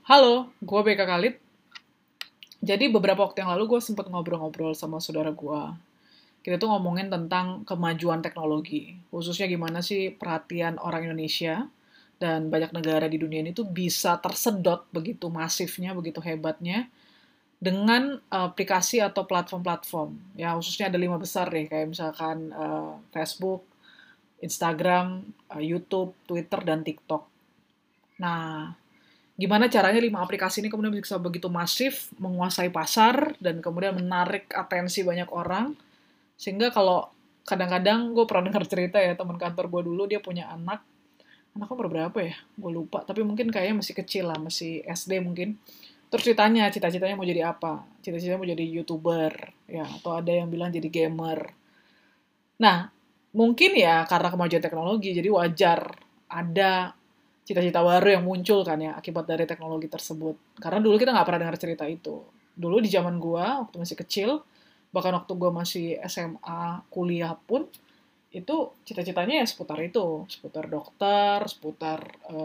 Halo, gue Beka Khalid. Jadi beberapa waktu yang lalu gue sempet ngobrol-ngobrol sama saudara gue. Kita tuh ngomongin tentang kemajuan teknologi. Khususnya gimana sih perhatian orang Indonesia dan banyak negara di dunia ini tuh bisa tersedot begitu masifnya, begitu hebatnya dengan aplikasi atau platform-platform. Ya khususnya ada 5 besar deh, kayak misalkan Facebook, Instagram, YouTube, Twitter, dan TikTok. Nah, gimana caranya 5 aplikasi ini kemudian bisa begitu masif, menguasai pasar, dan kemudian menarik atensi banyak orang, sehingga kalau kadang-kadang gue pernah dengar cerita ya, teman kantor gue dulu, dia punya anaknya umur berapa ya, gue lupa, tapi mungkin kayaknya masih kecil lah, masih SD mungkin. Terus ditanya cita-citanya mau jadi apa, cita-citanya mau jadi YouTuber, ya, atau ada yang bilang jadi gamer. Nah, mungkin ya karena kemajuan teknologi, jadi wajar ada cita-cita baru yang muncul kan ya akibat dari teknologi tersebut. Karena dulu kita nggak pernah dengar cerita itu. Dulu di zaman gua, waktu masih kecil, bahkan waktu gua masih SMA, kuliah pun, itu cita-citanya ya seputar itu. Seputar dokter, seputar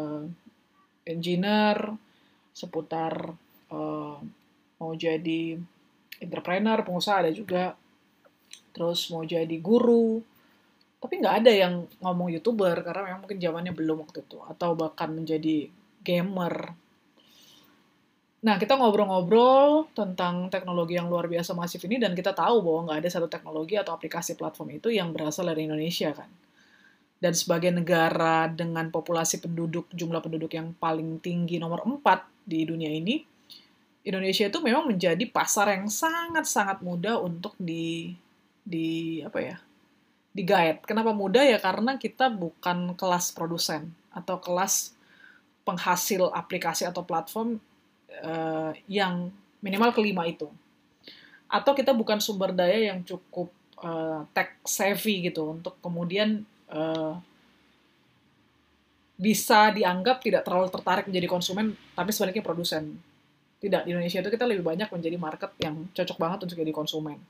engineer, seputar eh, mau jadi entrepreneur, pengusaha ada juga. Terus mau jadi guru, tapi nggak ada yang ngomong YouTuber karena memang mungkin zamannya belum waktu itu. Atau bahkan menjadi gamer. Nah, kita ngobrol-ngobrol tentang teknologi yang luar biasa masif ini dan kita tahu bahwa nggak ada satu teknologi atau aplikasi platform itu yang berasal dari Indonesia kan. Dan sebagai negara dengan populasi penduduk, jumlah penduduk yang paling tinggi nomor 4 di dunia ini, Indonesia itu memang menjadi pasar yang sangat-sangat mudah untuk di apa ya, digait. Kenapa mudah ya? Karena kita bukan kelas produsen atau kelas penghasil aplikasi atau platform yang minimal kelima itu. Atau kita bukan sumber daya yang cukup tech savvy gitu untuk kemudian bisa dianggap tidak terlalu tertarik menjadi konsumen, tapi sebaliknya produsen. Tidak, di Indonesia itu kita lebih banyak menjadi market yang cocok banget untuk jadi konsumen.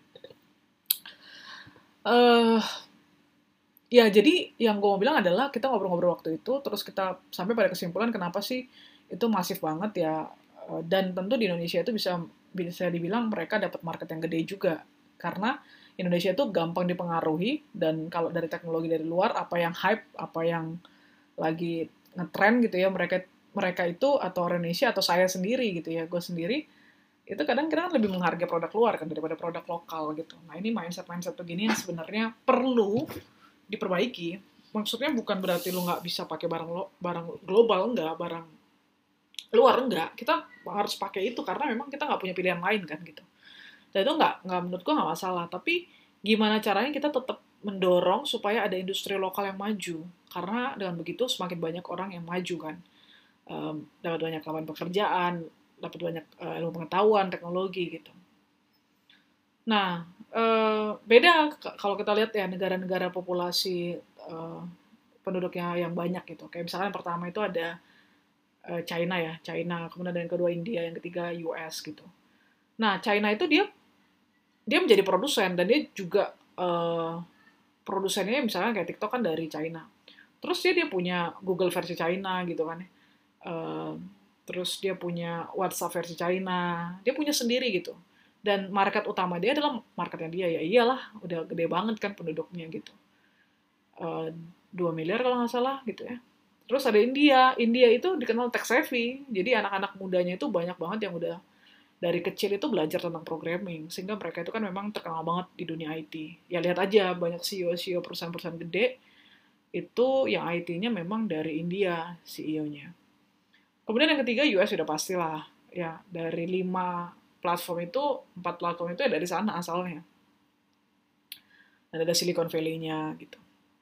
Uh, Ya, jadi yang gue mau bilang adalah kita ngobrol-ngobrol waktu itu, terus kita sampai pada kesimpulan kenapa sih itu masif banget ya, dan tentu di Indonesia itu bisa bisa dibilang mereka dapat market yang gede juga, karena Indonesia itu gampang dipengaruhi, dan kalau dari teknologi dari luar, apa yang hype, apa yang lagi ngetrend gitu ya, mereka mereka itu, atau orang Indonesia, atau saya sendiri gitu ya, gue sendiri, itu kadang-kadang lebih menghargai produk luar kan daripada produk lokal gitu. Nah ini mindset-mindset begini yang sebenarnya perlu diperbaiki. Maksudnya bukan berarti lu nggak bisa pakai barang global, enggak, barang luar enggak. Kita harus pakai itu karena memang kita nggak punya pilihan lain kan gitu. Dan itu nggak menurut gua nggak masalah. Tapi gimana caranya kita tetap mendorong supaya ada industri lokal yang maju. Karena dengan begitu semakin banyak orang yang maju kan. Dapat banyak lapangan pekerjaan, dapat banyak ilmu pengetahuan, teknologi gitu. Nah, beda kalau kita lihat ya negara-negara populasi penduduknya yang banyak gitu. Kayak misalkan yang pertama itu ada China ya, China, kemudian yang kedua India, yang ketiga US gitu. Nah, China itu dia dia menjadi produsen dan dia juga produsennya misalnya kayak TikTok kan dari China. Terus dia punya Google versi China gitu kan. Eh, terus dia punya WhatsApp versi China. Dia punya sendiri gitu. Dan market utama dia adalah marketnya dia. Ya iyalah, udah gede banget kan penduduknya gitu. 2 miliar kalau nggak salah gitu ya. Terus ada India. India itu dikenal tech savvy. Jadi anak-anak mudanya itu banyak banget yang udah dari kecil itu belajar tentang programming, sehingga mereka itu kan memang terkenal banget di dunia IT. Ya lihat aja banyak CEO-CEO perusahaan-perusahaan gede itu yang IT-nya memang dari India CEO-nya. Kemudian yang ketiga US sudah pastilah. Ya, dari 5 platform itu, 4 platform itu ya dari sana asalnya. Dan ada Silicon Valley-nya gitu.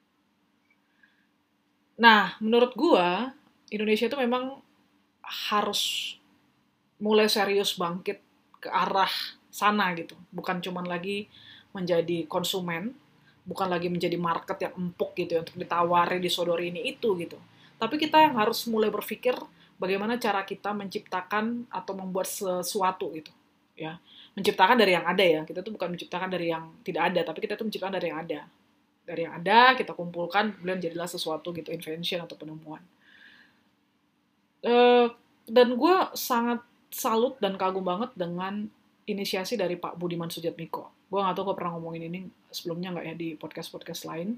Nah, menurut gua Indonesia itu memang harus mulai serius bangkit ke arah sana gitu. Bukan cuman lagi menjadi konsumen, bukan lagi menjadi market yang empuk gitu ya, untuk ditawari, disodori ini itu gitu. Tapi kita yang harus mulai berpikir bagaimana cara kita menciptakan atau membuat sesuatu gitu. Ya, menciptakan dari yang ada ya. Kita tuh bukan menciptakan dari yang tidak ada, tapi kita tuh menciptakan dari yang ada. Dari yang ada, kita kumpulkan, kemudian jadilah sesuatu gitu, invention atau penemuan. Eh, Dan gue sangat salut dan kagum banget dengan inisiasi dari Pak Budiman Sujatmiko. Gue nggak tahu gue pernah ngomongin ini sebelumnya nggak ya di podcast-podcast lain.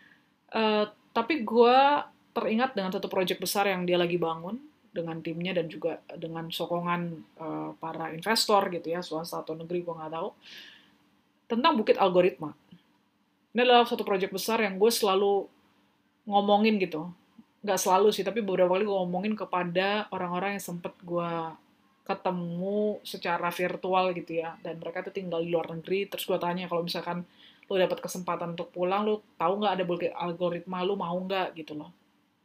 Tapi gue teringat dengan satu proyek besar yang dia lagi bangun dengan timnya dan juga dengan sokongan para investor gitu ya, swasta atau negeri, gue nggak tahu, tentang Bukit Algoritma. Ini adalah satu proyek besar yang gue selalu ngomongin gitu. Nggak selalu sih, tapi beberapa kali gue ngomongin kepada orang-orang yang sempet gue ketemu secara virtual gitu ya. Dan mereka tuh tinggal di luar negeri, terus gue tanya kalau misalkan lo dapat kesempatan untuk pulang, lo tahu nggak ada Bukit Algoritma, lo mau nggak gitu loh.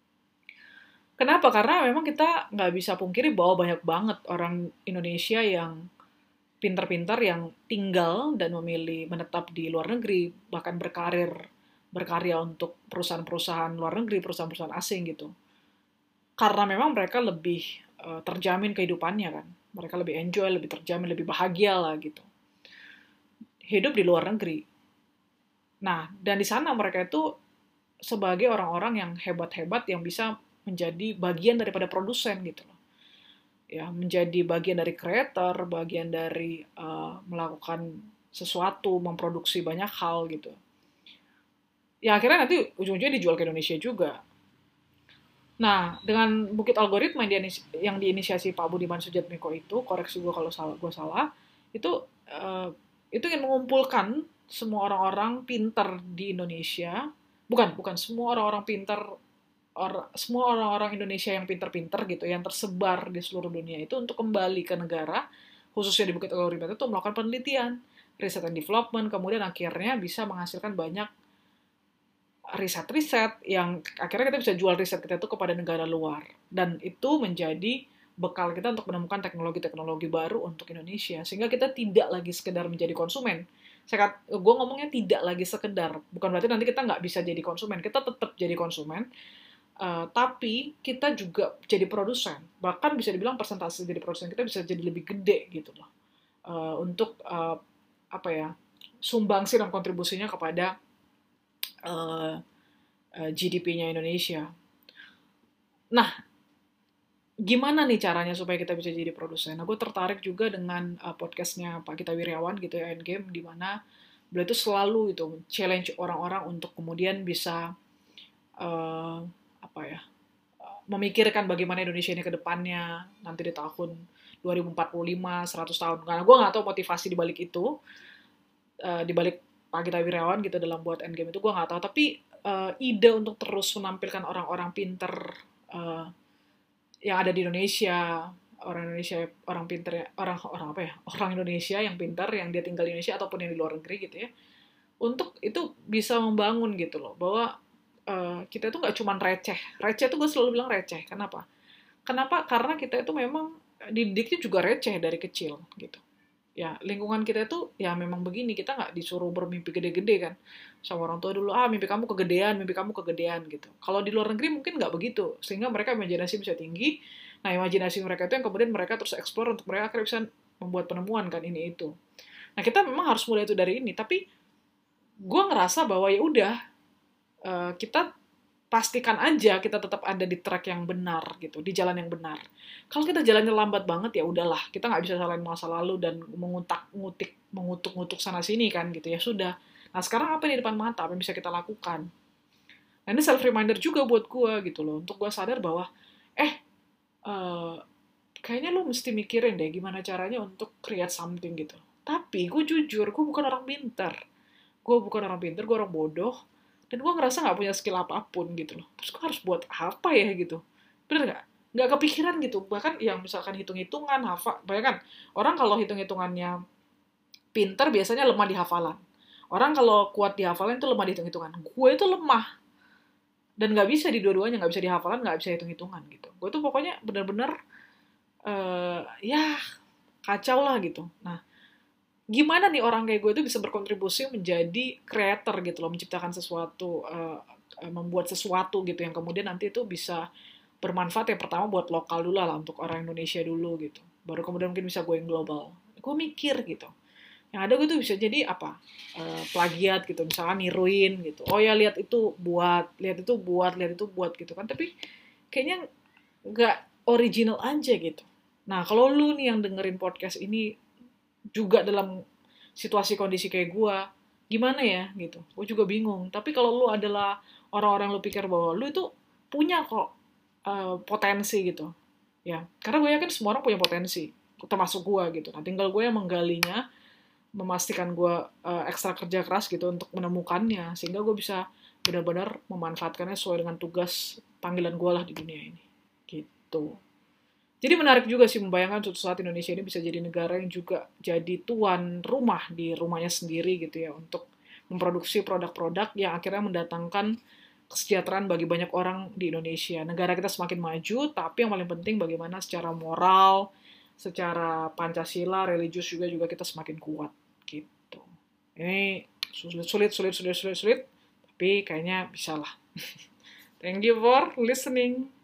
Kenapa? Karena memang kita nggak bisa pungkiri bahwa banyak banget orang Indonesia yang pintar-pintar yang tinggal dan memilih menetap di luar negeri, bahkan berkarya untuk perusahaan-perusahaan luar negeri, perusahaan-perusahaan asing gitu. Karena memang mereka lebih terjamin kehidupannya kan. Mereka lebih enjoy, lebih terjamin, lebih bahagia lah gitu. Hidup di luar negeri. Nah, dan di sana mereka itu sebagai orang-orang yang hebat-hebat yang bisa menjadi bagian daripada produsen gitu loh. Ya, menjadi bagian dari creator, bagian dari melakukan sesuatu, memproduksi banyak hal gitu. Ya akhirnya nanti ujung-ujungnya dijual ke Indonesia juga. Nah, dengan Bukit Algoritma yang diinisiasi Pak Budiman Sujatmiko itu, koreksi gue kalau gue salah, itu itu ingin mengumpulkan semua orang-orang pintar di Indonesia, bukan semua orang-orang pintar, semua orang-orang Indonesia yang pintar-pintar gitu, yang tersebar di seluruh dunia itu untuk kembali ke negara, khususnya di Bukit Algoritma itu untuk melakukan penelitian, riset and development, kemudian akhirnya bisa menghasilkan banyak riset-riset yang akhirnya kita bisa jual riset kita itu kepada negara luar. Dan itu menjadi bekal kita untuk menemukan teknologi-teknologi baru untuk Indonesia. Sehingga kita tidak lagi sekedar menjadi konsumen. Gue ngomongnya tidak lagi sekedar. Bukan berarti nanti kita nggak bisa jadi konsumen. Kita tetap jadi konsumen. Tapi kita juga jadi produsen. Bahkan bisa dibilang persentase jadi produsen kita bisa jadi lebih gede gitu loh. Untuk sumbangsi dan kontribusinya kepada GDP-nya Indonesia. Nah, gimana nih caranya supaya kita bisa jadi produsen? Nah, gue tertarik juga dengan podcastnya Pak Gita Wirjawan gitu ya, Endgame, di mana beliau itu selalu itu challenge orang-orang untuk kemudian bisa memikirkan bagaimana Indonesia ini ke depannya nanti di tahun 2045, 100 tahun. Karena gue nggak tahu motivasi di balik itu, di balik Pak Gita Wirjawan gitu dalam buat Endgame itu gue nggak tahu, tapi ide untuk terus menampilkan orang-orang pinter yang ada di Indonesia, orang pinter ya, orang Indonesia yang pinter yang dia tinggal di Indonesia ataupun yang di luar negeri gitu ya, untuk itu bisa membangun gitu loh bahwa kita itu nggak cuma receh tuh gue selalu bilang receh. Kenapa? Karena kita itu memang dididiknya juga receh dari kecil gitu. Ya, lingkungan kita itu ya memang begini, kita nggak disuruh bermimpi gede-gede kan sama orang tua dulu, mimpi kamu kegedean gitu. Kalau di luar negeri mungkin nggak begitu, sehingga mereka imajinasi bisa tinggi. Nah, imajinasi mereka itu yang kemudian mereka terus explore untuk mereka akhirnya bisa membuat penemuan kan ini itu. Nah, kita memang harus mulai itu dari ini, tapi gue ngerasa bahwa ya udah, kita pastikan aja kita tetap ada di track yang benar gitu, di jalan yang benar. Kalau kita jalannya lambat banget ya udahlah, kita nggak bisa salahin masa lalu dan mengutuk sana sini kan gitu ya sudah. Nah sekarang apa yang di depan mata, apa yang bisa kita lakukan? Nah ini self reminder juga buat gue gitu loh, untuk gue sadar bahwa kayaknya lo mesti mikirin deh gimana caranya untuk create something gitu. Tapi gue jujur, gue bukan orang pintar, gue orang bodoh. Dan gue ngerasa nggak punya skill apapun gitu loh. Terus gue harus buat apa ya gitu. Bener nggak? Nggak kepikiran gitu. Bahkan yang misalkan hitung-hitungan, hafal. Bayangkan, orang kalau hitung-hitungannya pinter biasanya lemah di hafalan. Orang kalau kuat di hafalan itu lemah di hitung-hitungan. Gue itu lemah. Dan nggak bisa di dua-duanya. Nggak bisa di hafalan, nggak bisa hitung-hitungan gitu. Gue tuh pokoknya bener-bener kacau lah gitu. Nah, gimana nih orang kayak gue itu bisa berkontribusi menjadi creator gitu loh, menciptakan sesuatu, membuat sesuatu gitu yang kemudian nanti itu bisa bermanfaat. Yang pertama buat lokal dulu lah untuk orang Indonesia dulu gitu, baru kemudian mungkin bisa going global. Gue mikir gitu, yang ada gue tuh bisa jadi plagiat gitu, misalkan niruin gitu, oh ya lihat itu buat gitu kan, tapi kayaknya nggak original aja gitu. Nah, kalau lu nih yang dengerin podcast ini juga dalam situasi kondisi kayak gue, gimana ya gitu. Gue juga bingung. Tapi kalau lu adalah orang-orang yang lu pikir bahwa lu itu punya kok potensi gitu. Ya, karena gue yakin semua orang punya potensi, termasuk gue gitu. Nah, tinggal gue yang menggalinya, memastikan gue ekstra kerja keras gitu untuk menemukannya, sehingga gue bisa benar-benar memanfaatkannya sesuai dengan tugas panggilan gue lah di dunia ini. Gitu. Jadi menarik juga sih membayangkan suatu saat Indonesia ini bisa jadi negara yang juga jadi tuan rumah di rumahnya sendiri gitu ya, untuk memproduksi produk-produk yang akhirnya mendatangkan kesejahteraan bagi banyak orang di Indonesia. Negara kita semakin maju, tapi yang paling penting bagaimana secara moral, secara Pancasila, religius juga kita semakin kuat gitu. Ini sulit, tapi kayaknya bisa lah. Thank you for listening.